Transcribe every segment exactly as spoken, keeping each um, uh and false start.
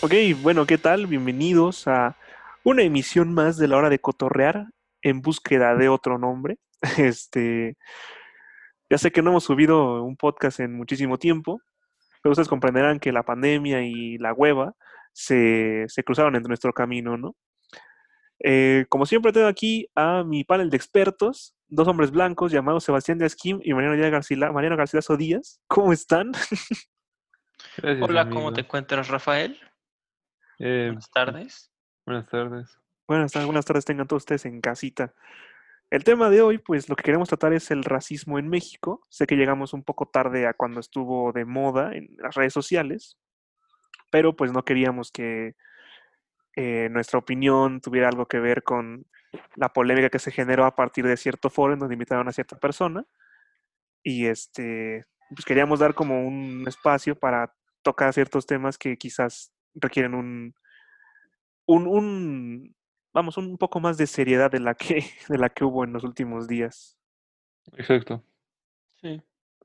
Ok, bueno, ¿qué tal? Bienvenidos a una emisión más de la hora de cotorrear en búsqueda de otro nombre. Este, ya sé que no hemos subido un podcast en muchísimo tiempo, pero ustedes comprenderán que la pandemia y la hueva se, se cruzaron en nuestro camino, ¿no? Eh, como siempre tengo aquí a mi panel de expertos, dos hombres blancos llamados Sebastián Díaz Kim y Mariano, Díaz Garcila- Mariano Garcilaso Díaz. ¿Cómo están? Gracias, Hola, ¿cómo te amigo. encuentras, Rafael? Eh, Buenas tardes. buenas tardes. Buenas tardes, buenas tardes tengan todos ustedes en casita. El tema de hoy, pues lo que queremos tratar es el racismo en México. Sé que llegamos un poco tarde a cuando estuvo de moda en las redes sociales, pero pues no queríamos que eh, nuestra opinión tuviera algo que ver con la polémica que se generó a partir de cierto foro en donde invitaron a cierta persona. Y este, pues queríamos dar como un espacio para tocar ciertos temas que quizás requieren un, un, un vamos, un poco más de seriedad de la que, de la que hubo en los últimos días. Exacto. Sí.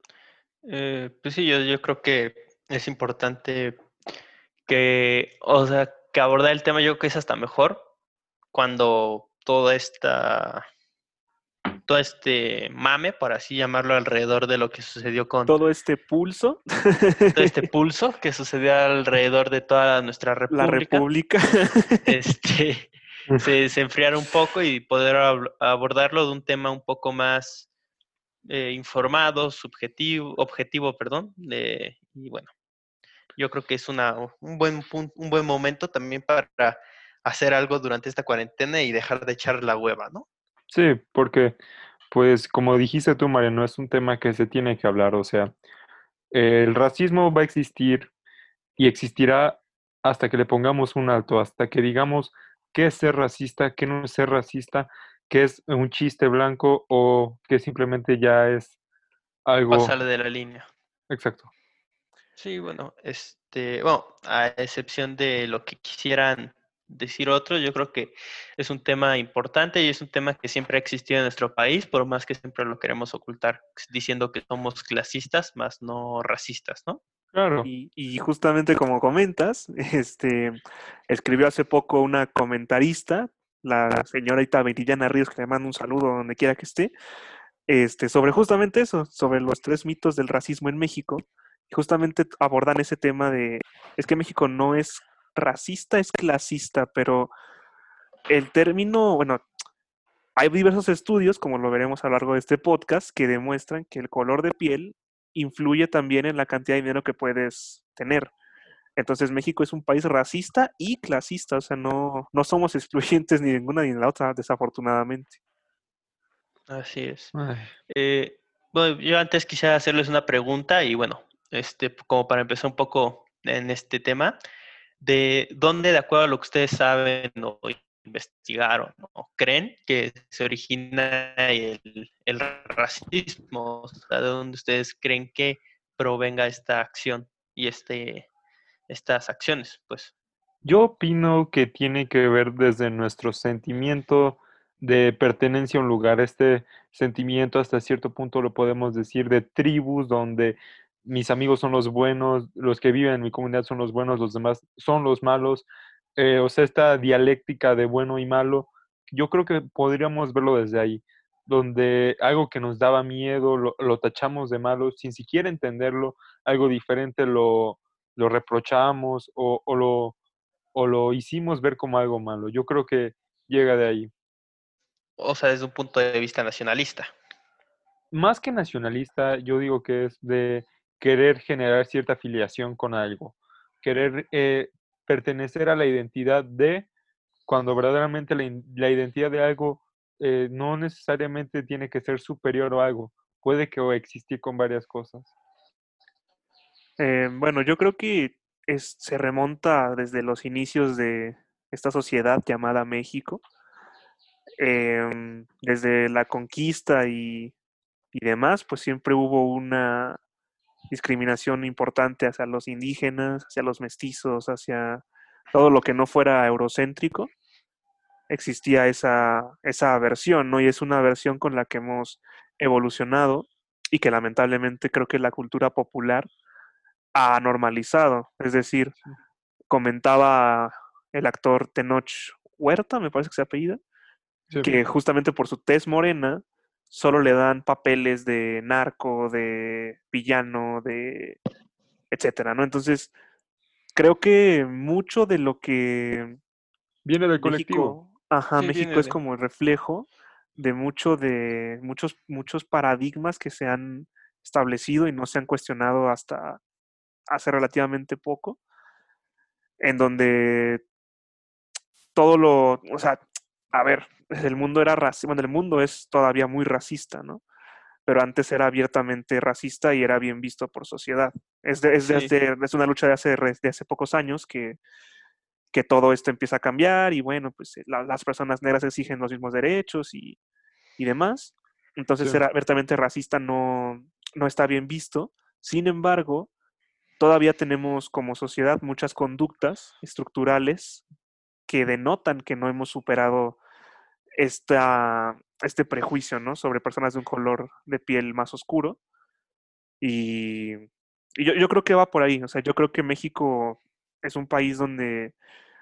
Eh, pues sí, yo, yo creo que es importante que, o sea, que abordar el tema yo creo que es hasta mejor cuando toda esta, todo este mame, por así llamarlo, alrededor de lo que sucedió con Todo este pulso, todo este pulso que sucedió alrededor de toda nuestra la república, República. este, se, se enfriara un poco y poder ab- abordarlo de un tema un poco más eh, informado, subjetivo, objetivo, perdón, de, y bueno, yo creo que es una, un buen pun- un buen momento también para hacer algo durante esta cuarentena y dejar de echar la hueva, ¿no? Sí, porque, pues, como dijiste tú, Mariano, es un tema que se tiene que hablar. O sea, el racismo va a existir y existirá hasta que le pongamos un alto, hasta que digamos qué es ser racista, qué no es ser racista, qué es un chiste blanco o que simplemente ya es algo Pasarle de la línea. exacto. Sí, bueno, este, bueno, a excepción de lo que quisieran decir otros, yo creo que es un tema importante y es un tema que siempre ha existido en nuestro país, por más que siempre lo queremos ocultar, diciendo que somos clasistas, más no racistas, ¿no? Claro. Y, y justamente como comentas, este, escribió hace poco una comentarista, la señorita Viridiana Ríos, que le mando un saludo donde quiera que esté, este, sobre justamente eso, sobre los tres mitos del racismo en México. Y justamente abordan ese tema de, es que México no es racista, es clasista, pero el término, bueno, hay diversos estudios, como lo veremos a lo largo de este podcast, que demuestran que el color de piel influye también en la cantidad de dinero que puedes tener. Entonces México es un país racista y clasista, o sea, no, no somos excluyentes ni ninguna ni la otra, desafortunadamente. Así es. Ay, Eh, bueno, yo antes quisiera hacerles una pregunta y bueno, este, como para empezar un poco en este tema, de dónde, de acuerdo a lo que ustedes saben o investigaron o creen que se origina el, el racismo, o sea, de dónde ustedes creen que provenga esta acción y este, estas acciones, pues. yo opino que tiene que ver desde nuestro sentimiento de pertenencia a un lugar. Este sentimiento hasta cierto punto lo podemos decir de tribus, donde mis amigos son los buenos, los que viven en mi comunidad son los buenos, los demás son los malos. Eh, o sea, esta dialéctica de bueno y malo, yo creo que podríamos verlo desde ahí, donde algo que nos daba miedo lo, lo tachamos de malo sin siquiera entenderlo, algo diferente lo, lo reprochamos o, o lo o lo hicimos ver como algo malo. Yo creo que llega de ahí. O sea, desde un punto de vista nacionalista. Más que nacionalista, yo digo que es de querer generar cierta afiliación con algo, querer eh, pertenecer a la identidad de, cuando verdaderamente la, in- la identidad de algo eh, no necesariamente tiene que ser superior a algo, puede que existir con varias cosas. Eh, bueno, yo creo que es, se remonta desde los inicios de esta sociedad llamada México, em, desde la conquista y, y demás, pues siempre hubo una discriminación importante hacia los indígenas, hacia los mestizos, hacia todo lo que no fuera eurocéntrico. Existía esa, esa aversión, ¿no? Y es una aversión con la que hemos evolucionado y que lamentablemente creo que la cultura popular ha normalizado. Es decir, comentaba el actor Tenoch Huerta, me parece que se apellida, Sí, que justamente por su tez morena solo le dan papeles de narco, de villano, de etcétera, ¿no? Entonces, creo que mucho de lo que viene del colectivo. México, ajá, Sí, México viene es de. como el reflejo de mucho de muchos muchos paradigmas que se han establecido y no se han cuestionado hasta hace relativamente poco, en donde todo lo, o sea, a ver, el mundo era racista, bueno, el mundo es todavía muy racista, ¿no? Pero antes era abiertamente racista y era bien visto por sociedad. Es, de, es, Sí, desde, es una lucha de hace, de hace pocos años que, que todo esto empieza a cambiar y bueno, pues eh, la, las personas negras exigen los mismos derechos y, y demás. Entonces Sí. ser abiertamente racista no, no está bien visto. Sin embargo, todavía tenemos como sociedad muchas conductas estructurales que denotan que no hemos superado esta, este prejuicio, ¿no? Sobre personas de un color de piel más oscuro. Y, y yo, yo creo que va por ahí. O sea, yo creo que México es un país donde,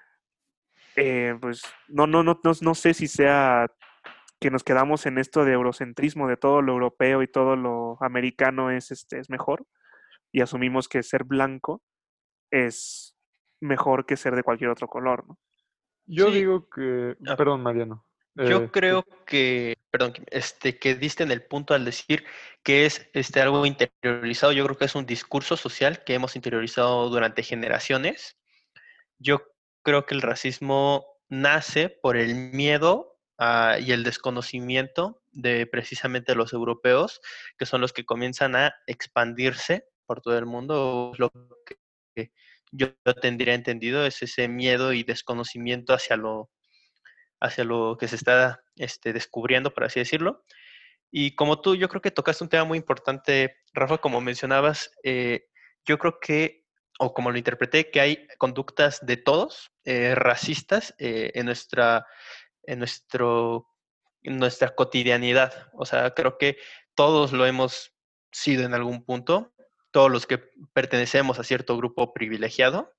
eh, pues, no, no, no, no, no sé si sea que nos quedamos en esto de eurocentrismo, de todo lo europeo y todo lo americano es, este, es mejor, y asumimos que ser blanco es mejor que ser de cualquier otro color, ¿no? Yo sí. digo que, ah, perdón, Mariano. Yo Eh, tú. creo que, perdón, que- este, que diste en el punto al decir que es este, algo interiorizado. Yo creo que es un discurso social que hemos interiorizado durante generaciones. Yo creo que el racismo nace por el miedo ah, y el desconocimiento de precisamente los europeos, que son los que comienzan a expandirse por todo el mundo. Lo que yo tendría entendido es ese miedo y desconocimiento hacia lo, hacia lo que se está este, descubriendo, por así decirlo. Y como tú, yo creo que tocaste un tema muy importante, Rafa, como mencionabas, eh, yo creo que, o como lo interpreté, que hay conductas de todos, eh, racistas, eh, en nuestra, en nuestro, en nuestra cotidianidad. O sea, creo que todos lo hemos sido en algún punto, todos los que pertenecemos a cierto grupo privilegiado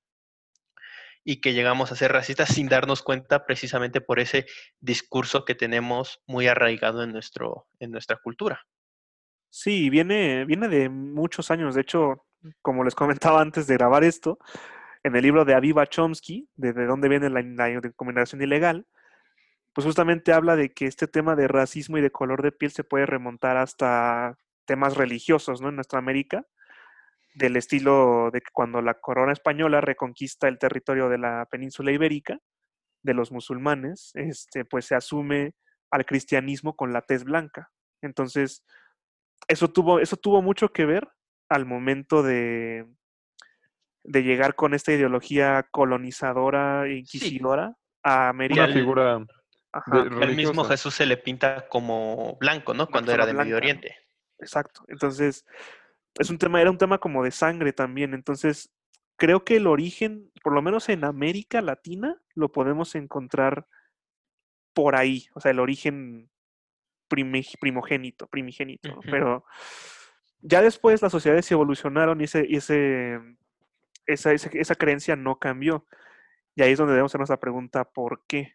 y que llegamos a ser racistas sin darnos cuenta precisamente por ese discurso que tenemos muy arraigado en, nuestro, en nuestra cultura. Sí, viene, viene de muchos años. De hecho, como les comentaba antes de grabar esto, en el libro de Aviva Chomsky, de, de dónde viene la, la discriminación ilegal, pues justamente habla de que este tema de racismo y de color de piel se puede remontar hasta temas religiosos, ¿no? En nuestra América, del estilo de que cuando la corona española reconquista el territorio de la península ibérica, de los musulmanes, este, pues se asume al cristianismo con la tez blanca. Entonces, eso tuvo, eso tuvo mucho que ver al momento de, de llegar con esta ideología colonizadora e Sí, inquisidora a que Una América. al, figura de Ajá, que al mismo religiosa. Jesús se le pinta como blanco, ¿no? una Cuando persona era de Medio blanca, ¿no? Oriente. Exacto. Entonces, es un tema, era un tema como de sangre también. Entonces, creo que el origen, por lo menos en América Latina, lo podemos encontrar por ahí. O sea, el origen primi- primogénito, primigénito, ¿no? Ujú. Pero ya después las sociedades evolucionaron y ese, y ese, esa, esa, esa creencia no cambió. Y ahí es donde debemos hacernos la pregunta, ¿por qué?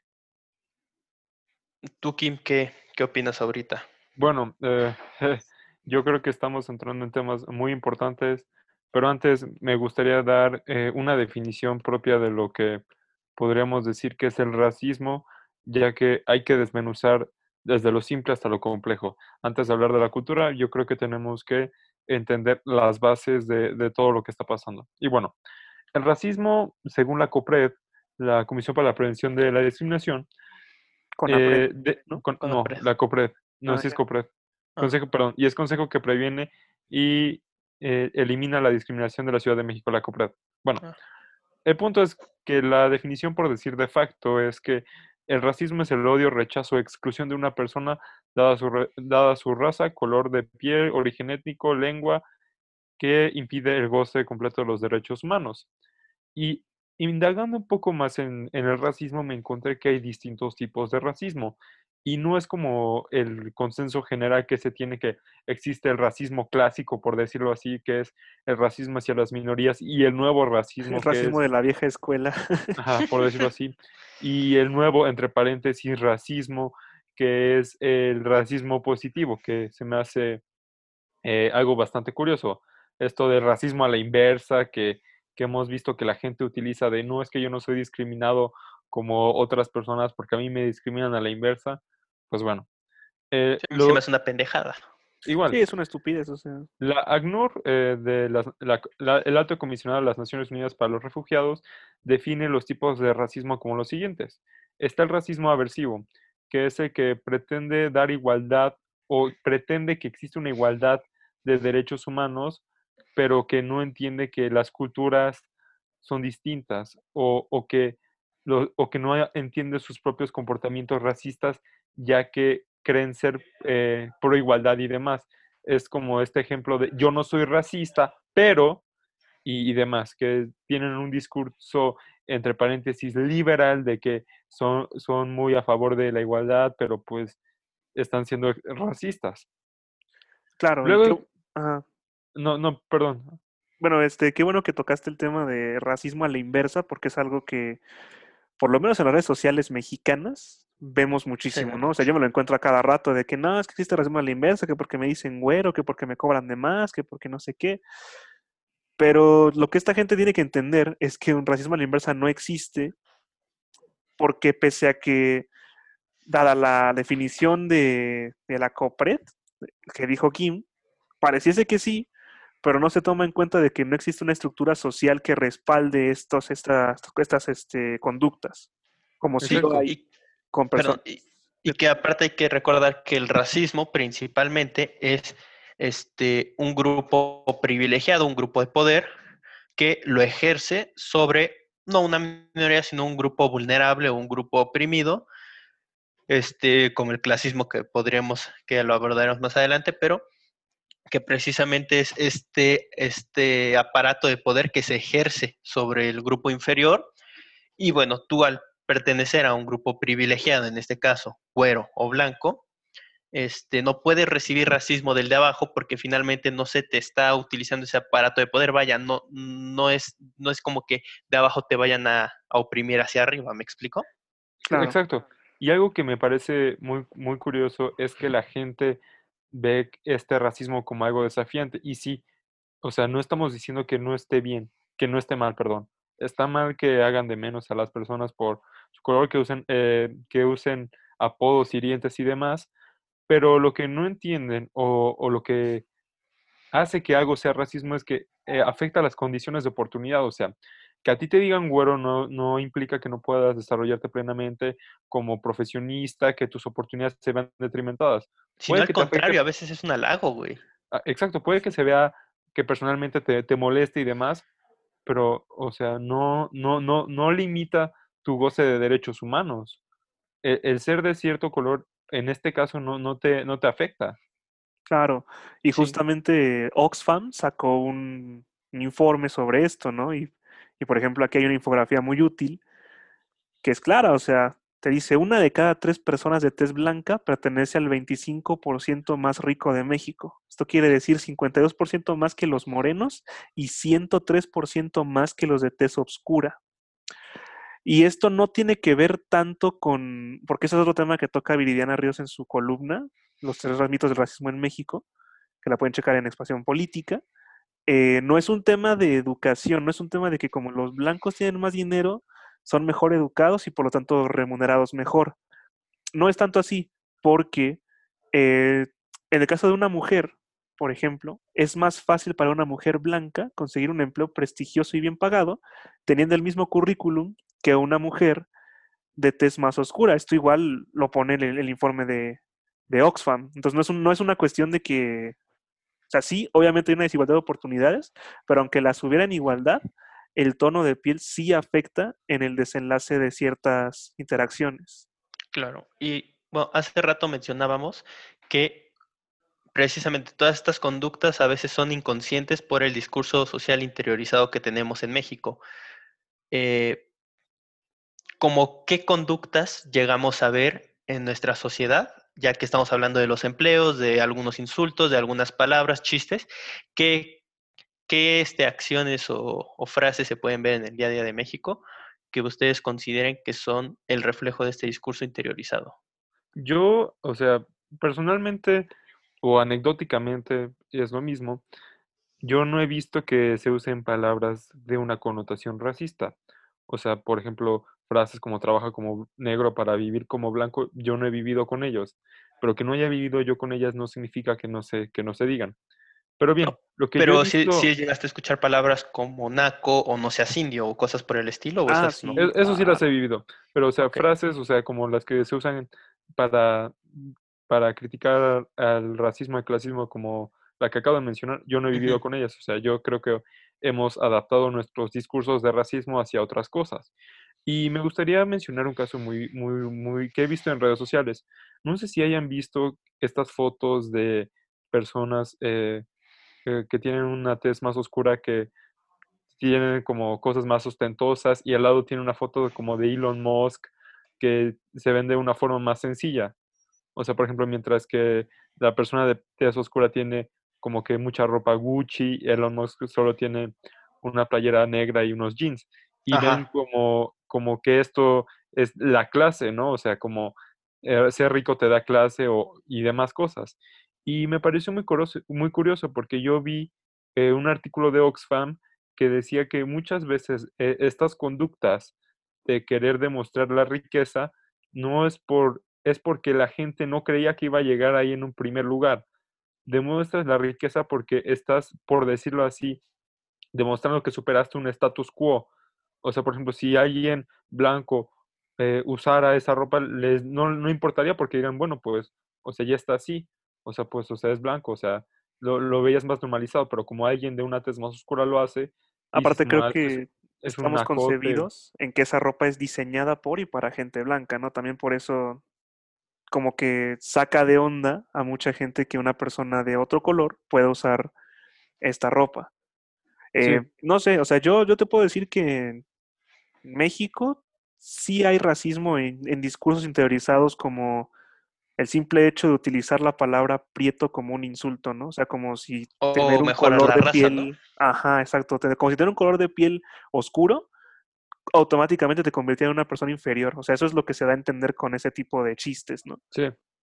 ¿Tú, Kim, qué, qué opinas ahorita? Bueno, eh, yo creo que estamos entrando en temas muy importantes, pero antes me gustaría dar eh, una definición propia de lo que podríamos decir que es el racismo, ya que hay que desmenuzar desde lo simple hasta lo complejo. Antes de hablar de la cultura, yo creo que tenemos que entender las bases de, de todo lo que está pasando. Y bueno, el racismo, según la COPRED, la Comisión para la Prevención de la Discriminación, Con APRED, eh, de- ¿no? con- Con la no, pres- la COPRED, no, Ah, sí es ya. COPRED. Ah, Consejo, perdón, y es consejo que previene y eh, elimina la discriminación de la Ciudad de México, la COPRED. Bueno, ah. el punto es que la definición, por decir de facto, es que el racismo es el odio, rechazo o exclusión de una persona dada su, re- dada su raza, color de piel, origen étnico, lengua, que impide el goce completo de los derechos humanos. Y indagando un poco más en, en el racismo, me encontré que hay distintos tipos de racismo. y no es como el consenso general que se tiene que existe el racismo clásico, por decirlo así, que es el racismo hacia las minorías y el nuevo El racismo que racismo es, de la vieja escuela. ajá, por decirlo así, y el nuevo, entre paréntesis, racismo, que es el racismo positivo, que se me hace eh, algo bastante curioso. Esto del racismo a la inversa, que, que hemos visto que la gente utiliza de no es que yo no soy discriminado como otras personas porque a mí me discriminan a la inversa. Pues bueno, eh, Sí, a mí se me lo, hace una pendejada. Sí, igual, es una estupidez, o sea. la ACNUR, eh, de las- la- la- el Alto Comisionado de las Naciones Unidas para los Refugiados, define los tipos de racismo como los siguientes. Está el racismo aversivo, que es el que pretende dar igualdad o pretende que existe una igualdad de derechos humanos, pero que no entiende que las culturas son distintas o, o que, lo- o que no entiende sus propios comportamientos racistas, ya que creen ser eh, pro igualdad y demás. Es como este ejemplo de yo no soy racista, pero y, y demás, que tienen un discurso entre paréntesis liberal de que son, son muy a favor de la igualdad, pero pues están siendo racistas. Claro, y qué, Luego, ajá. no, no, perdón. Bueno, este, qué bueno que tocaste el tema de racismo a la inversa, porque es algo que, por lo menos en las redes sociales mexicanas, vemos Sí. muchísimo, ¿no? O sea, yo me lo encuentro a cada rato de que no, es que existe racismo a la inversa, que porque me dicen güero, que porque me cobran de más, que porque no sé qué. Pero lo que esta gente tiene que entender es que un racismo a la inversa no existe, porque pese a que, dada la definición de, de la COPRED, que dijo Kim, pareciese que sí, pero no se toma en cuenta de que no existe una estructura social que respalde estos, estas, estas este, conductas, como si lo Exacto. hay Y, con perdón, personas. y, y que aparte hay que recordar que el racismo principalmente es este, un grupo privilegiado, un grupo de poder que lo ejerce sobre no una minoría, sino un grupo vulnerable o un grupo oprimido, este, como el clasismo que podríamos, que lo abordaremos más adelante, pero que precisamente es este, este aparato de poder que se ejerce sobre el grupo inferior. Y bueno, tú al pertenecer a un grupo privilegiado, en este caso, güero o blanco, este, no puedes recibir racismo del de abajo porque finalmente no se te está utilizando ese aparato de poder. Vaya, no, no, es, no es como que de abajo te vayan a, a oprimir hacia arriba, ¿me explico? Claro, Exacto. Y algo que me parece muy, muy curioso es que la gente ve este racismo como algo desafiante. Y sí, o sea, no estamos diciendo que no esté bien, que no esté mal, perdón. Está mal que hagan de menos a las personas por su color, que usen, eh, que usen apodos hirientes y demás, pero lo que no entienden o, o lo que hace que algo sea racismo es que eh, afecta las condiciones de oportunidad. O sea, que a ti te digan güero no, no implica que no puedas desarrollarte plenamente como profesionista, que tus oportunidades se vean detrimentadas. Sino Puede al que te afecte, contrario, a veces es un halago, güey. ah, exacto, puede que se vea que personalmente te, te moleste y demás, pero, o sea, no, no, no, no limita tu goce de derechos humanos. El, el ser de cierto color, en este caso, no, no te, no te afecta. claro. Y Sí, justamente Oxfam sacó un, un informe sobre esto, ¿no? Y, y por ejemplo, aquí hay una infografía muy útil que es clara, o sea, te dice, una de cada tres personas de tez blanca pertenece al veinticinco por ciento más rico de México. Esto quiere decir cincuenta y dos por ciento más que los morenos y ciento tres por ciento más que los de tez oscura. Y esto no tiene que ver tanto con, porque ese es otro tema que toca Viridiana Ríos en su columna, Los tres mitos del racismo en México, que la pueden checar en Expansión Política. Eh, no es un tema de educación, no es un tema de que como los blancos tienen más dinero, son mejor educados y por lo tanto remunerados mejor. No es tanto así, porque eh, en el caso de una mujer, por ejemplo, es más fácil para una mujer blanca conseguir un empleo prestigioso y bien pagado, teniendo el mismo currículum que una mujer de tez más oscura. Esto igual lo pone el, el informe de, de Oxfam. Entonces no es, un, no es una cuestión de que, o sea, sí, obviamente hay una desigualdad de oportunidades, pero aunque las hubiera en igualdad, el tono de piel sí afecta en el desenlace de ciertas interacciones. claro. Y bueno, hace rato mencionábamos que precisamente todas estas conductas a veces son inconscientes por el discurso social interiorizado que tenemos en México. Eh, como qué conductas llegamos a ver en nuestra sociedad, ya que estamos hablando de los empleos, de algunos insultos, de algunas palabras, chistes, ¿qué, qué este, acciones o, o frases se pueden ver en el día a día de México que ustedes consideren que son el reflejo de este discurso interiorizado? Yo, o sea, personalmente o anecdóticamente es lo mismo. Yo no he visto que se usen palabras de una connotación racista. O sea, por ejemplo, frases como trabaja como negro para vivir como blanco, yo no he vivido con ellos. Pero que no haya vivido yo con ellas no significa que no se, que no se digan. Pero bien, No, lo que yo he pero si, visto, si llegaste a escuchar palabras como naco o no seas indio o cosas por el estilo, o Ah, esas no. sí, e- eso sí las he claro. vivido. Pero, o sea, Ok. frases, o sea, como las que se usan para, para criticar al racismo y clasismo como la que acabo de mencionar, yo no he Ujú. vivido con ellas. O sea, yo creo que hemos adaptado nuestros discursos de racismo hacia otras cosas. Y me gustaría mencionar un caso muy, muy, muy que he visto en redes sociales. No sé si hayan visto estas fotos de personas eh, que, que tienen una tez más oscura que tienen como cosas más ostentosas y al lado tiene una foto como de Elon Musk que se ven de una forma más sencilla. O sea, por ejemplo, mientras que la persona de tez oscura tiene como que mucha ropa Gucci, Elon Musk solo tiene una playera negra y unos jeans. Y ven Ajá. como, como que esto es la clase, ¿no? O sea, como eh, ser rico te da clase o, y demás cosas. Y me pareció muy curioso, muy curioso porque yo vi eh, un artículo de Oxfam que decía que muchas veces eh, estas conductas de querer demostrar la riqueza no es por es porque la gente no creía que iba a llegar ahí en un primer lugar. Demuestras la riqueza porque estás, por decirlo así, demostrando que superaste un status quo. O sea, por ejemplo, si alguien blanco eh, usara esa ropa, les, no, no importaría porque digan, bueno, pues, o sea, ya está así. O sea, pues, o sea, es blanco, o sea, lo, lo veías más normalizado, pero como alguien de una tez más oscura lo hace, dices Aparte, como, creo ah, esto es, que es un estamos acote. concebidos en que esa ropa es diseñada por y para gente blanca, ¿no? También por eso como que saca de onda a mucha gente que una persona de otro color pueda usar esta ropa. Sí, Eh, no sé, o sea, yo, yo te puedo decir que en México sí hay racismo en, en discursos interiorizados como el simple hecho de utilizar la palabra prieto como un insulto, ¿no? O sea, como si tener O un mejorar color la de raza, ¿no? piel, ajá, exacto, te- como si tener un color de piel oscuro, automáticamente te convirtiera en una persona inferior. O sea, eso es lo que se da a entender con ese tipo de chistes, ¿no? sí,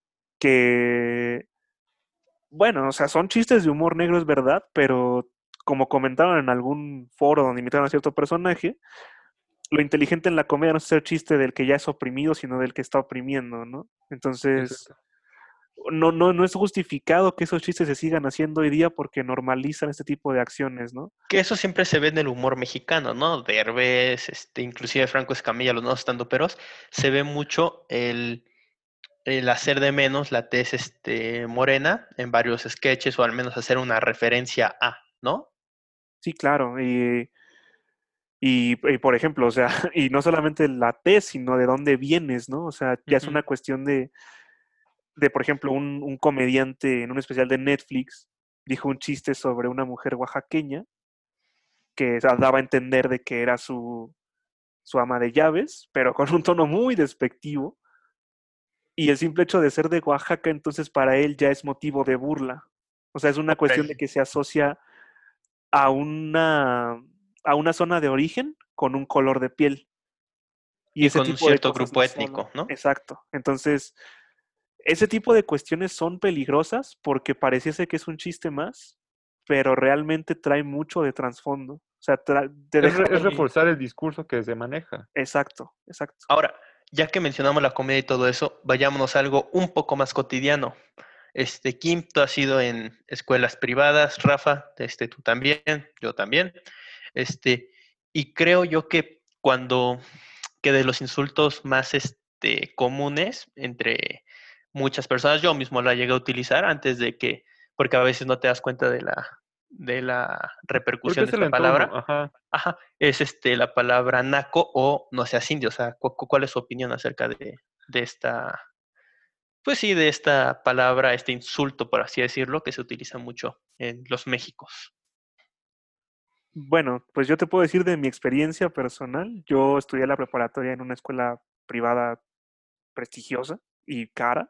Que, bueno, o sea, son chistes de humor negro, es verdad, pero como comentaron en algún foro donde imitaron a cierto personaje, lo inteligente en la comedia no es hacer chiste del que ya es oprimido, sino del que está oprimiendo, ¿no? Entonces, exacto. no, no, no es justificado que esos chistes se sigan haciendo hoy día porque normalizan este tipo de acciones, ¿no? Que eso siempre se ve en el humor mexicano, ¿no? Derbez, este, inclusive Franco Escamilla, los nuevos estandoperos, se ve mucho el, el hacer de menos la tez este, morena en varios sketches o al menos hacer una referencia a, ¿no? Sí, claro. Y, y, y, por ejemplo, o sea, y no solamente la tez, sino de dónde vienes, ¿no? O sea, ya es Ujú. una cuestión de, de por ejemplo, un, un comediante en un especial de Netflix dijo un chiste sobre una mujer oaxaqueña que daba a entender de que era su, su ama de llaves, pero con un tono muy despectivo. Y el simple hecho de ser de Oaxaca, entonces para él ya es motivo de burla. O sea, es una cuestión de Órale. que se asocia a una, a una zona de origen con un color de piel. Y Y ese con un tipo de cierto cosas grupo no se hablan. étnico, ¿no? Exacto. Entonces, ese tipo de cuestiones son peligrosas porque pareciese que es un chiste más, pero realmente trae mucho de trasfondo. O sea, tra- te Es, deja re- es ver. Y reforzar el discurso que se maneja. Exacto, exacto. ahora, ya que mencionamos la comedia y todo eso, vayámonos a algo un poco más cotidiano. Este, Kim, tú has ido en escuelas privadas, Rafa, este, tú también, yo también. Este, y creo yo que cuando, que de los insultos más este, comunes entre muchas personas, yo mismo la llegué a utilizar antes de que, porque a veces no te das cuenta de la, de la Porque repercusión de es el esta entorno, palabra. ajá. Ajá, es este, la palabra naco o no seas indio. O sea, ¿cu- cu- ¿cuál es su opinión acerca de, de esta, pues sí, de esta palabra, este insulto, por así decirlo, que se utiliza mucho en los Méxicos? Bueno, pues yo te puedo decir de mi experiencia personal. Yo estudié la preparatoria en una escuela privada prestigiosa. y cara.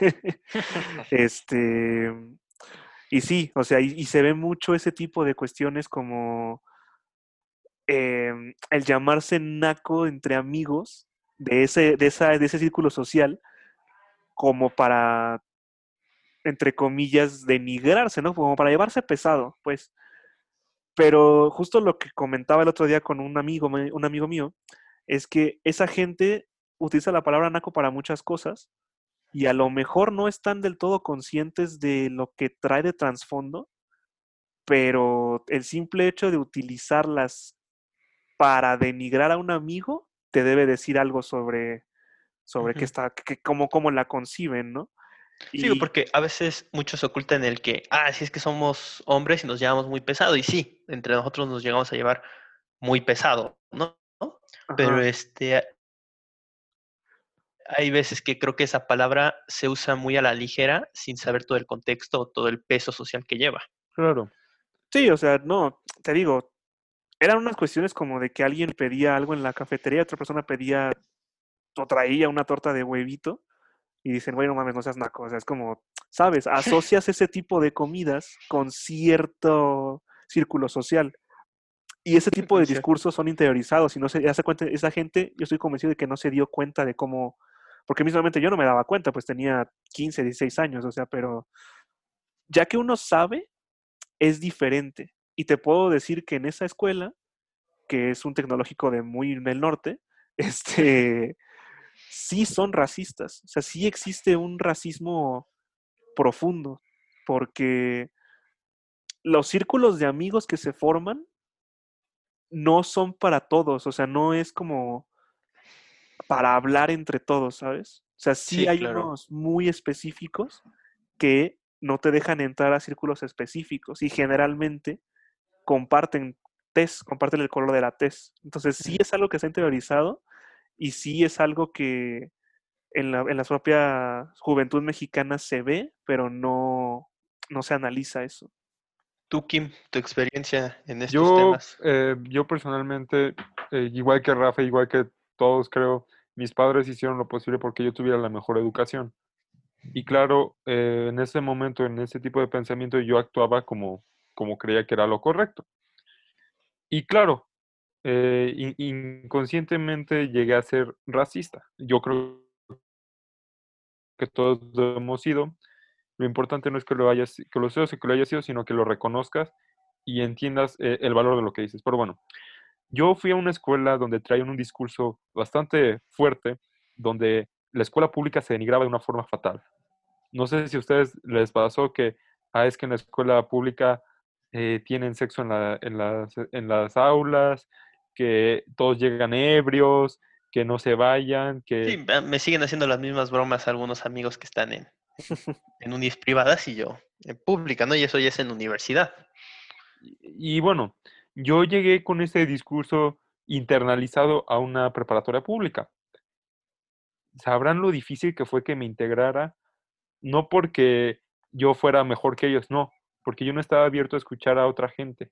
Este, y sí, o sea, y, y se ve mucho ese tipo de cuestiones como em, el llamarse naco entre amigos de ese, de esa, de ese círculo social, como para, entre comillas, denigrarse, ¿no? Como para llevarse pesado, pues. Pero justo lo que comentaba el otro día con un amigo, me- un amigo mío, es que esa gente utiliza la palabra naco para muchas cosas y a lo mejor no están del todo conscientes de lo que trae de trasfondo, pero el simple hecho de utilizarlas para denigrar a un amigo te debe decir algo sobre, sobre qué Ujú. está, que, cómo, cómo la conciben, ¿no? Sí, Y, porque a veces muchos ocultan el que, ah, sí es que somos hombres y nos llevamos muy pesado. Y sí, entre nosotros nos llegamos a llevar muy pesado, ¿no? Pero ajá, este, hay veces que creo que esa palabra se usa muy a la ligera sin saber todo el contexto o todo el peso social que lleva. Claro. sí, o sea, no, te digo, eran unas cuestiones como de que alguien pedía algo en la cafetería, otra persona pedía o traía una torta de huevito y dicen, bueno, mames, no seas naco. O sea, es como, ¿sabes? Asocias ese tipo de comidas con cierto círculo social. Y ese tipo de Es cierto. discursos son interiorizados y no se hace cuenta, esa gente, yo estoy convencido de que no se dio cuenta de cómo, porque mismamente yo no me daba cuenta, pues tenía quince, dieciséis años, o sea, pero ya que uno sabe, es diferente. Y te puedo decir que en esa escuela, que es un tecnológico de muy en el norte, este, sí son racistas. O sea, sí existe un racismo profundo, porque los círculos de amigos que se forman no son para todos, o sea, no es como para hablar entre todos, ¿sabes? O sea, sí Sí, hay claro. unos muy específicos que no te dejan entrar a círculos específicos y generalmente comparten tez, comparten el color de la tez. Entonces sí Ujú. es algo que se ha interiorizado y sí es algo que en la, en la propia juventud mexicana se ve, pero no, no se analiza eso. Tú, Kim, tu experiencia en estos Yo, temas. eh, yo personalmente, eh, igual que Rafa, igual que todos creo, mis padres hicieron lo posible porque yo tuviera la mejor educación. Y claro, eh, en ese momento, en ese tipo de pensamiento, yo actuaba como, como creía que era lo correcto. Y claro, eh, in- inconscientemente llegué a ser racista. Yo creo que todos lo hemos sido. Lo importante no es que lo hayas, que lo seas o que lo hayas sido, sino que lo reconozcas y entiendas eh, el valor de lo que dices. Pero bueno, yo fui a una escuela donde traían un discurso bastante fuerte, donde la escuela pública se denigraba de una forma fatal. No sé si a ustedes les pasó que, ah, es que en la escuela pública eh, tienen sexo en la- en las, en las aulas, que todos llegan ebrios, que no se vayan, que... Sí, ah, me siguen haciendo las mismas bromas algunos amigos que están en, en unis privadas y yo en pública, ¿no? Y eso ya es en universidad. Y, y bueno, yo llegué con ese discurso internalizado a una preparatoria pública. Sabrán lo difícil que fue que me integrara, no porque yo fuera mejor que ellos, no, porque yo no estaba abierto a escuchar a otra gente.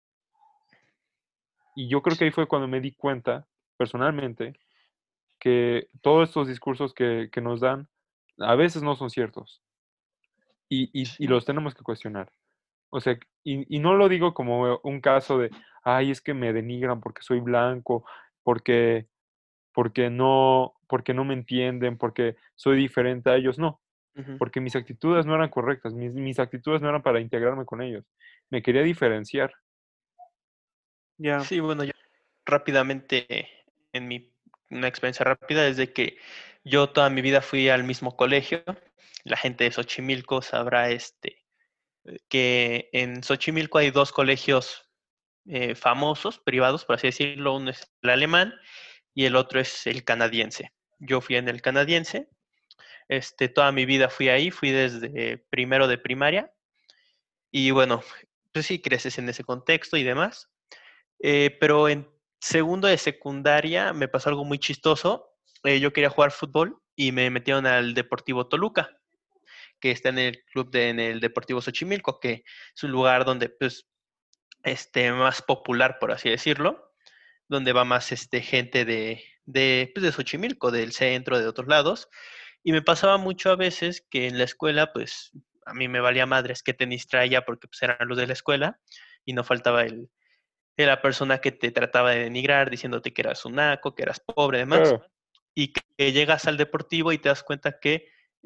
Y yo creo que ahí fue cuando me di cuenta, personalmente, que todos estos discursos que, que nos dan a veces no son ciertos y, y- y Sí. los tenemos que cuestionar. O sea, y, y no lo digo como un caso de, ay, es que me denigran porque soy blanco, porque, porque no, porque no me entienden, porque soy diferente a ellos. No, Ujú. porque mis actitudes no eran correctas, mis, mis actitudes no eran para integrarme con ellos. Me quería diferenciar. Ya, Sí, bueno, yo rápidamente, en mi una experiencia rápida, es de que yo toda mi vida fui al mismo colegio. La gente de Xochimilco sabrá este, que en Xochimilco hay dos colegios eh, famosos, privados, por así decirlo. Uno es el alemán y el otro es el canadiense. Yo fui en el canadiense. Este, toda mi vida fui ahí, fui desde primero de primaria. Y bueno, pues sí, creces en ese contexto y demás. Eh, pero en segundo de secundaria me pasó algo muy chistoso. Eh, yo quería jugar fútbol y me metieron al Deportivo Toluca, que está en el club de, en el Deportivo Xochimilco, que es un lugar donde, pues, este, más popular, por así decirlo, donde va más este, gente de, de, pues, de Xochimilco, del centro, de otros lados. Y me pasaba mucho a veces que en la escuela, pues, a mí me valía madres que tenis traía porque pues eran los de la escuela y no faltaba el, de la persona que te trataba de denigrar diciéndote que eras un naco, que eras pobre, demás. Claro, Y que llegas al deportivo y te das cuenta que,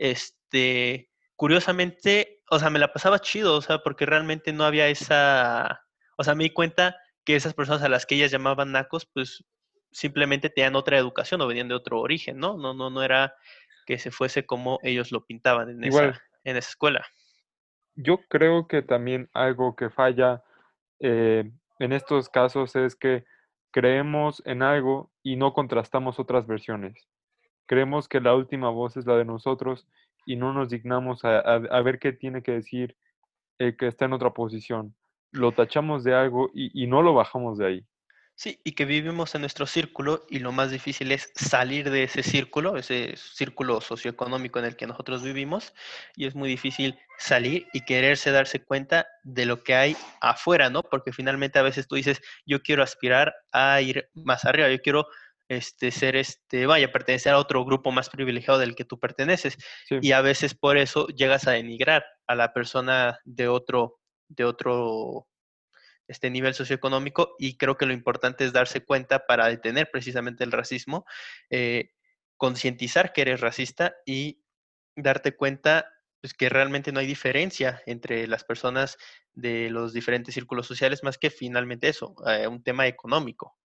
este, curiosamente, o sea, me la pasaba chido, o sea, porque realmente no había esa, o sea, me di cuenta que esas personas a las que ellas llamaban nacos, pues simplemente tenían otra educación o venían de otro origen, ¿no? No, no, no era que se fuese como ellos lo pintaban en esa, igual, en esa escuela. yo creo que también algo que falla eh, en estos casos es que creemos en algo y no contrastamos otras versiones. Creemos que la última voz es la de nosotros y no nos dignamos a, a- a ver qué tiene que decir el que está en otra posición. Lo tachamos de algo y, y no lo bajamos de ahí. Sí, y que vivimos en nuestro círculo y lo más difícil es salir de ese círculo, ese círculo socioeconómico en el que nosotros vivimos, y es muy difícil salir y quererse darse cuenta de lo que hay afuera, ¿no? Porque finalmente a veces tú dices, yo quiero aspirar a ir más arriba, yo quiero este, ser, este, vaya, pertenecer a otro grupo más privilegiado del que tú perteneces, Sí, y a veces por eso llegas a denigrar a la persona de otro, de otro este nivel socioeconómico y creo que lo importante es darse cuenta para detener precisamente el racismo, eh, concientizar que eres racista y darte cuenta pues, que realmente no hay diferencia entre las personas de los diferentes círculos sociales más que finalmente eso, eh, un tema económico.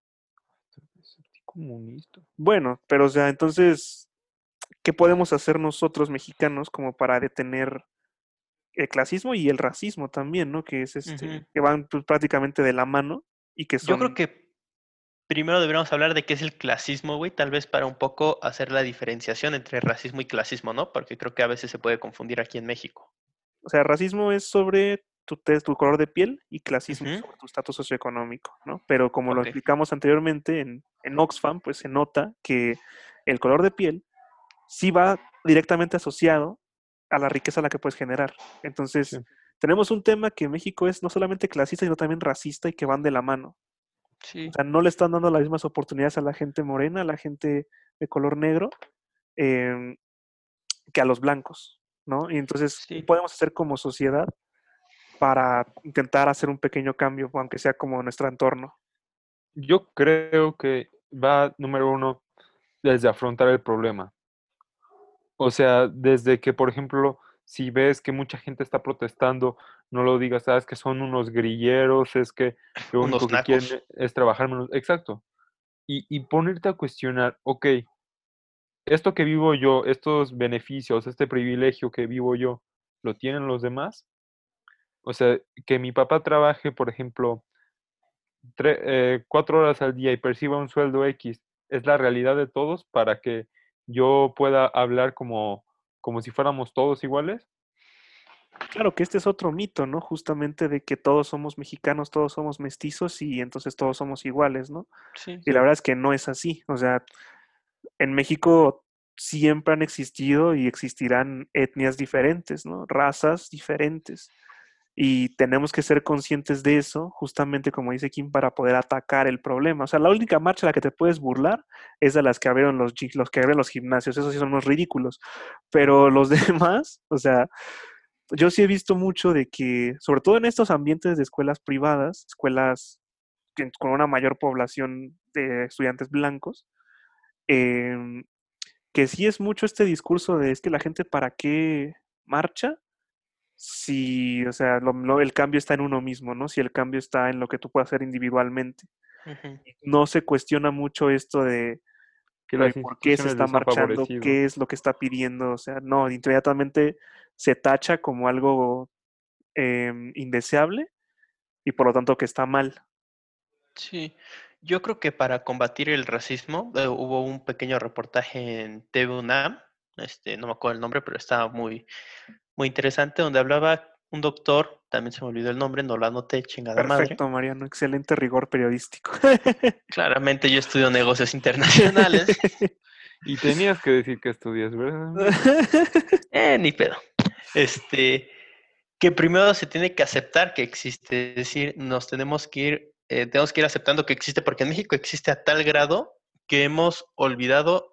es comunista. Bueno, pero o sea, entonces, ¿qué podemos hacer nosotros mexicanos como para detener el clasismo y el racismo también, ¿no? Que es Ujú. este, que van pues, prácticamente de la mano y que Yo creo son, que primero deberíamos hablar de qué es el clasismo, güey, tal vez para un poco hacer la diferenciación entre racismo y clasismo, ¿no? Porque creo que a veces se puede confundir aquí en México. o sea, racismo es sobre tu, tez, tu color de piel y clasismo es Ujú. sobre tu estatus socioeconómico, ¿no? Pero como lo Ok. explicamos anteriormente en, en Oxfam, pues se nota que el color de piel sí va directamente asociado a la riqueza a la que puedes generar. Sí, Entonces, tenemos un tema que México es no solamente clasista, sino también racista y que van de la mano. O Sí, sea, no le están dando las mismas oportunidades a la gente morena, a la gente de color negro, eh, que a los blancos, ¿no? Y entonces, ¿qué sí. podemos hacer como sociedad para intentar hacer un pequeño cambio, aunque sea como nuestro entorno? yo creo que va, número uno, desde afrontar el problema. O sea, desde que, por ejemplo, si ves que mucha gente está protestando, no lo digas, sabes que son unos grilleros, es que lo único Unos que quieren nacos. e- es trabajar menos. Exacto. Y, y ponerte a cuestionar, ok, esto que vivo yo, estos beneficios, este privilegio que vivo yo, ¿lo tienen los demás? O sea, que mi papá trabaje, por ejemplo, tre- eh, cuatro horas al día y perciba un sueldo X, ¿es la realidad de todos para que yo pueda hablar como, como si fuéramos todos iguales? Claro que este es otro mito, ¿no? Justamente de que todos somos mexicanos, todos somos mestizos y entonces todos somos iguales, ¿no? Sí, Y la Sí, verdad es que no es así. O sea, en México siempre han existido y existirán etnias diferentes, ¿no? Razas diferentes. Y tenemos que ser conscientes de eso, justamente como dice Kim, para poder atacar el problema. O sea, la única marcha a la que te puedes burlar es de las que abrieron los, gi- los que abrieron los gimnasios. Esos sí son unos ridículos. Pero los demás, o sea, yo sí he visto mucho de que, sobre todo en estos ambientes de escuelas privadas, escuelas que- con una mayor población de estudiantes blancos, em, que sí es mucho este discurso de es que la gente para qué marcha si, o sea, lo- lo- el cambio está en uno mismo, ¿no? Si el cambio está en lo que tú puedes hacer individualmente. ujú, No se cuestiona mucho esto de que el las por qué se instituciones está les han marchando, favorecido. qué es lo que está pidiendo, o sea, no, inmediatamente se tacha como algo em, indeseable y por lo tanto que está mal. sí. Yo creo que para combatir el racismo eh, hubo un pequeño reportaje en T V UNAM, este, no me acuerdo el nombre, pero estaba muy, muy interesante, donde hablaba un doctor, también se me olvidó el nombre, no lo anoté, chingada madre. Perfecto, Mariano, excelente rigor periodístico. Claramente yo estudio negocios internacionales, Y tenías que decir que estudias, ¿verdad? eh, ni pedo. Este, que primero se tiene que aceptar que existe, es decir, nos tenemos que ir, eh, tenemos que ir aceptando que existe, porque en México existe a tal grado que hemos olvidado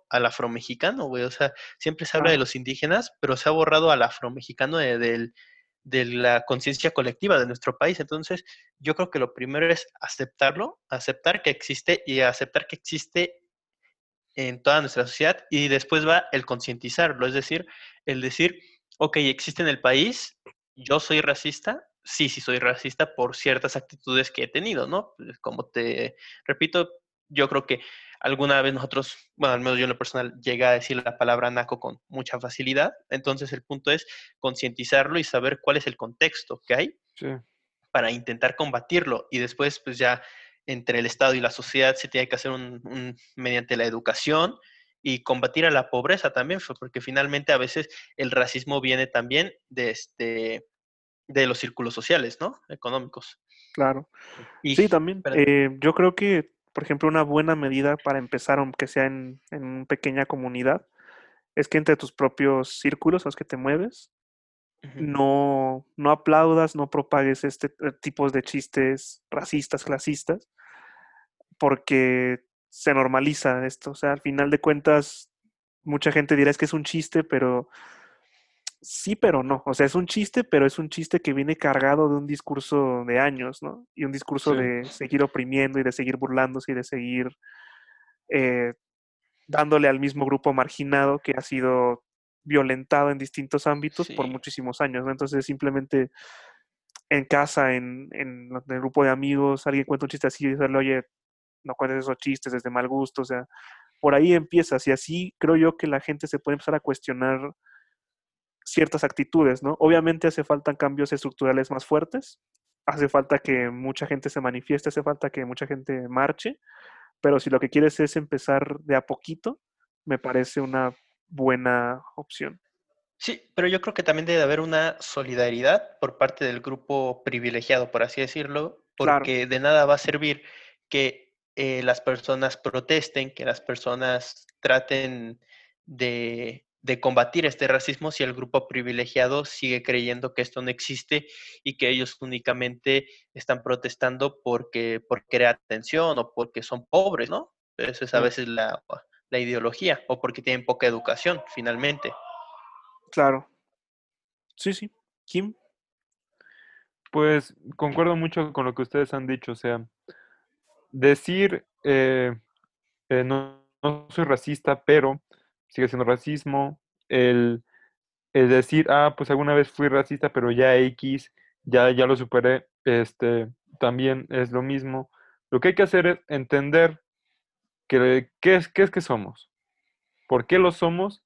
al afromexicano, güey. O sea, siempre se habla de Claro, los indígenas, pero se ha borrado al afromexicano de, del- de la conciencia colectiva de nuestro país. Entonces, yo creo que lo primero es aceptarlo, aceptar que existe y aceptar que existe en toda nuestra sociedad y después va el concientizarlo, es decir, el decir, ok, existe en el país, yo soy racista, sí, sí soy racista por ciertas actitudes que he tenido, ¿no? Pues, como te repito, yo creo que alguna vez nosotros, bueno, al menos yo en lo personal, llegué a decir la palabra naco con mucha facilidad, entonces el punto es concientizarlo y saber cuál es el contexto que hay Sí. para intentar combatirlo y después pues ya entre el Estado y la sociedad se tiene que hacer un, un, mediante la educación y combatir a la pobreza también, porque finalmente a veces el racismo viene también de, este, de los círculos sociales, ¿no? Económicos. claro. Y, Sí, también. perdón, Eh, yo creo que, por ejemplo, una buena medida para empezar, aunque sea en, en una pequeña comunidad, es que entre tus propios círculos a los que te mueves, uh-huh. no, no aplaudas, no propagues este eh, tipos de chistes racistas, clasistas, porque se normaliza esto. O sea, al final de cuentas, mucha gente dirá es que es un chiste, pero sí, pero no. O sea, es un chiste, pero es un chiste que viene cargado de un discurso de años, ¿no? Y un discurso Sí, de seguir oprimiendo y de seguir burlándose y de seguir eh, dándole al mismo grupo marginado que ha sido violentado en distintos ámbitos por Sí, muchísimos años, ¿no? Entonces, simplemente en casa, en, en el grupo de amigos, alguien cuenta un chiste así y dice, oye, no cuentes esos chistes, es de mal gusto, o sea, por ahí empiezas y así creo yo que la gente se puede empezar a cuestionar ciertas actitudes, ¿no? Obviamente hace falta cambios estructurales más fuertes, hace falta que mucha gente se manifieste, hace falta que mucha gente marche, pero si lo que quieres es empezar de a poquito, me parece una buena opción. sí, pero yo creo que también debe haber una solidaridad por parte del grupo privilegiado, por así decirlo, Claro, porque de nada va a servir que eh, las personas protesten, que las personas traten de, de combatir este racismo si el grupo privilegiado sigue creyendo que esto no existe y que ellos únicamente están protestando porque por querer atención o porque son pobres, ¿no? Esa es sí. a veces la, la ideología o porque tienen poca educación, finalmente. claro. Sí, sí. Kim, Pues concuerdo mucho con lo que ustedes han dicho, o sea, decir eh, eh, no, no soy racista, pero sigue siendo racismo, el, el decir, ah, pues alguna vez fui racista, pero ya X, ya, ya lo superé, este, también es lo mismo. Lo que hay que hacer es entender que, qué es, qué es que somos, por qué lo somos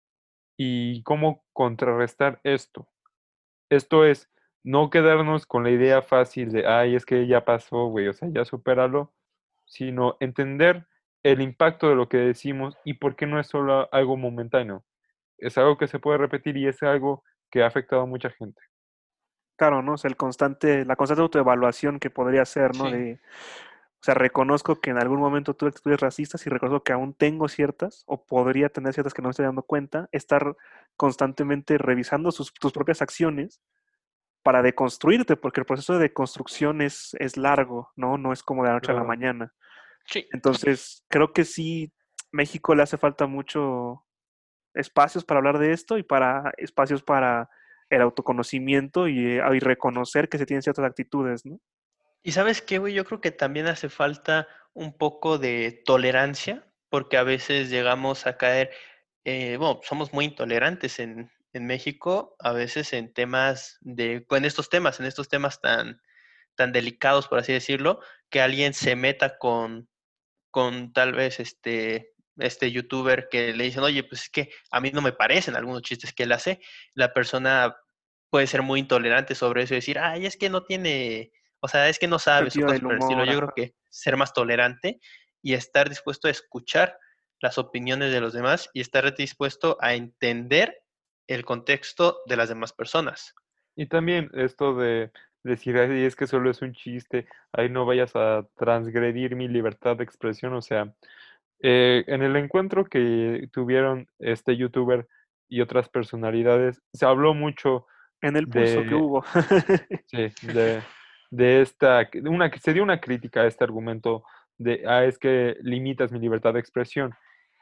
y cómo contrarrestar esto. Esto es, no quedarnos con la idea fácil de, ay, es que ya pasó, güey, o sea, ya supéralo, sino entender el impacto de lo que decimos y por qué no es solo algo momentáneo. Es algo que se puede repetir y es algo que ha afectado a mucha gente. claro, ¿no? O sea, el constante, la constante autoevaluación que podría ser, ¿no? Sí. De, o sea, reconozco que en algún momento tuve actitudes racistas y reconozco que aún tengo ciertas o podría tener ciertas que no me estoy dando cuenta. Estar constantemente revisando sus, tus propias acciones para deconstruirte, porque el proceso de deconstrucción es, es largo, ¿no? No es como de la noche a la Claro. mañana. Sí, Entonces, creo que sí, México le hace falta mucho espacios para hablar de esto y para espacios para el autoconocimiento y, eh, y reconocer que se tienen ciertas actitudes, ¿no? y ¿sabes qué, güey? Yo creo que también hace falta un poco de tolerancia, porque a veces llegamos a caer, eh, bueno, somos muy intolerantes en, en México, a veces en temas de, en estos temas, en estos temas tan, tan delicados, por así decirlo, que alguien se meta con, con tal vez este, este youtuber que le dicen, oye, pues es que a mí no me parecen algunos chistes que él hace, la persona puede ser muy intolerante sobre eso y decir, ay, es que no tiene, o sea, es que no sabes o Sentido cosas del por el estilo. humor, Yo creo ajá. que ser más tolerante y estar dispuesto a escuchar las opiniones de los demás y estar dispuesto a entender el contexto de las demás personas. Y también esto de decir, ay, es que solo es un chiste, ahí no vayas a transgredir mi libertad de expresión, o sea, eh, en el encuentro que tuvieron este youtuber y otras personalidades, se habló mucho En el pulso que de, hubo. sí, de, de esta, de una, se dio una crítica a este argumento de, ah, es que limitas mi libertad de expresión.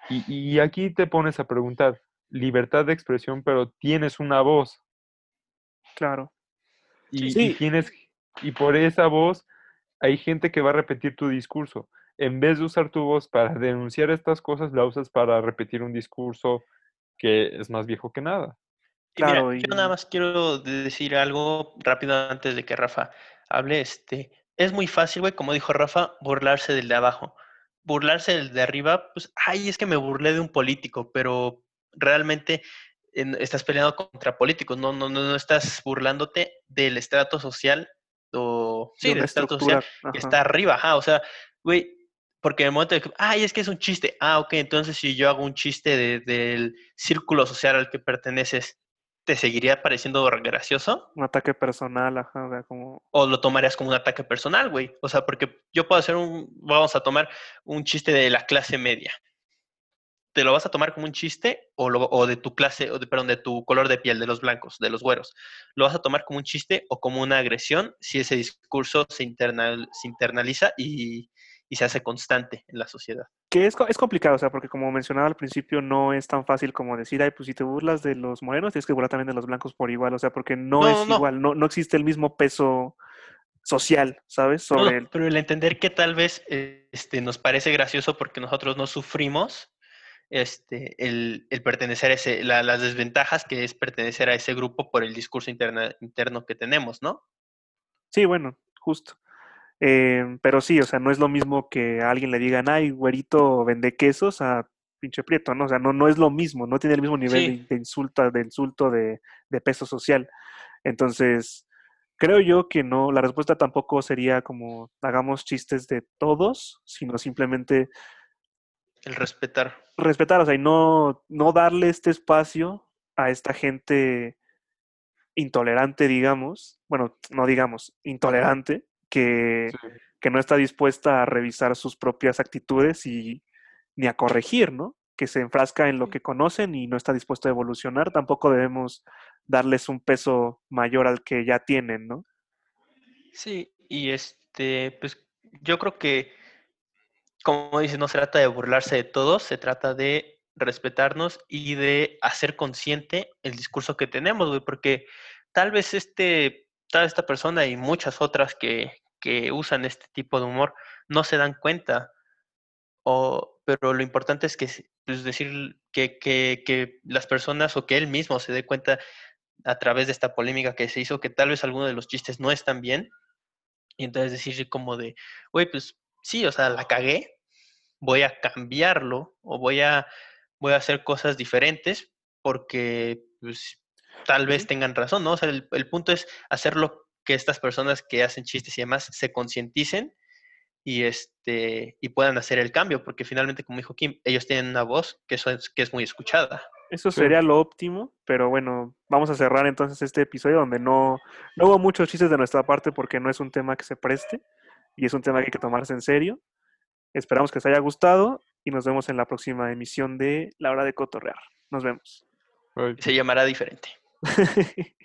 Y, y aquí te pones a preguntar, libertad de expresión, pero tienes una voz Claro. Sí. y, y Sí, tienes, y por esa voz hay gente que va a repetir tu discurso. En vez de usar tu voz para denunciar estas cosas, la usas para repetir un discurso que es más viejo que nada. Y mira, claro, yo nada y más quiero de- decir algo rápido antes de que Rafa hable. Este, es muy fácil, güey, como dijo Rafa, burlarse del de abajo. Burlarse del de arriba, pues, ay, es que me burlé de un político, pero realmente en- estás peleando contra políticos, no, no, no, no estás burlándote del estrato social o, de sí, del una estrato social estructura, que ajá. está arriba, ajá, o sea, güey, porque en el momento de que, ay, es que es un chiste, ah, ok, entonces si yo hago un chiste de- del círculo social al que perteneces, ¿te seguiría pareciendo gracioso? Un ataque personal, ajá, o sea, como, ¿O lo tomarías como un ataque personal, güey? O sea, porque yo puedo hacer un, vamos a tomar un chiste de la clase media. ¿Te lo vas a tomar como un chiste o, lo, o de tu clase, o de, perdón, de tu color de piel, de los blancos, de los güeros? ¿Lo vas a tomar como un chiste o como una agresión si ese discurso se, internal, se internaliza y, y se hace constante en la sociedad? que es, co- es complicado, o sea, porque como mencionaba al principio, no es tan fácil como decir, ay, pues si te burlas de los morenos, tienes que burlar también de los blancos por igual, o sea, porque no No, no, es no. igual, no, no existe el mismo peso social, ¿sabes? No, Sobre no, el, pero el entender que tal vez eh, este, nos parece gracioso porque nosotros no sufrimos este, el, el pertenecer a ese, la, las desventajas que es pertenecer a ese grupo por el discurso interna, interno que tenemos, ¿no? sí, bueno, justo. Eh, pero sí, o sea, no es lo mismo que a alguien le digan, ay, güerito, vende quesos a pinche prieto, ¿no? O sea, no, no es lo mismo, no tiene el mismo nivel Sí, de, de insulta, de insulto, de, de peso social. Entonces, creo yo que no, la respuesta tampoco sería como hagamos chistes de todos, sino simplemente el respetar. respetar, o sea, y no, no darle este espacio a esta gente intolerante, digamos, bueno, no digamos, intolerante, que, Sí. que no está dispuesta a revisar sus propias actitudes y ni a corregir, ¿no? Que se enfrasca en lo que conocen y no está dispuesto a evolucionar, tampoco debemos darles un peso mayor al que ya tienen, ¿no? Sí, y este, pues yo creo que, como dices, no se trata de burlarse de todos, se trata de respetarnos y de hacer consciente el discurso que tenemos, güey, porque tal vez este, tal esta persona y muchas otras que, que usan este tipo de humor no se dan cuenta. O, pero lo importante es que, pues, decir que, que, que las personas o que él mismo se dé cuenta a través de esta polémica que se hizo que tal vez alguno de los chistes no están bien y entonces decir como de, güey, pues sí, o sea, la cagué, voy a cambiarlo o voy a, voy a hacer cosas diferentes porque pues tal Pues vez sí, tengan razón, ¿no? O sea, el, el punto es hacerlo que estas personas que hacen chistes y demás se concienticen y, este, y puedan hacer el cambio, porque finalmente, como dijo Kim, ellos tienen una voz que, eso es, que es muy escuchada. eso Sí. sería lo óptimo, pero bueno, vamos a cerrar entonces este episodio donde no, no hubo muchos chistes de nuestra parte porque no es un tema que se preste y es un tema que hay que tomarse en serio. Esperamos que os haya gustado y nos vemos en la próxima emisión de La Hora de Cotorrear. Nos vemos. Bye. Se llamará diferente.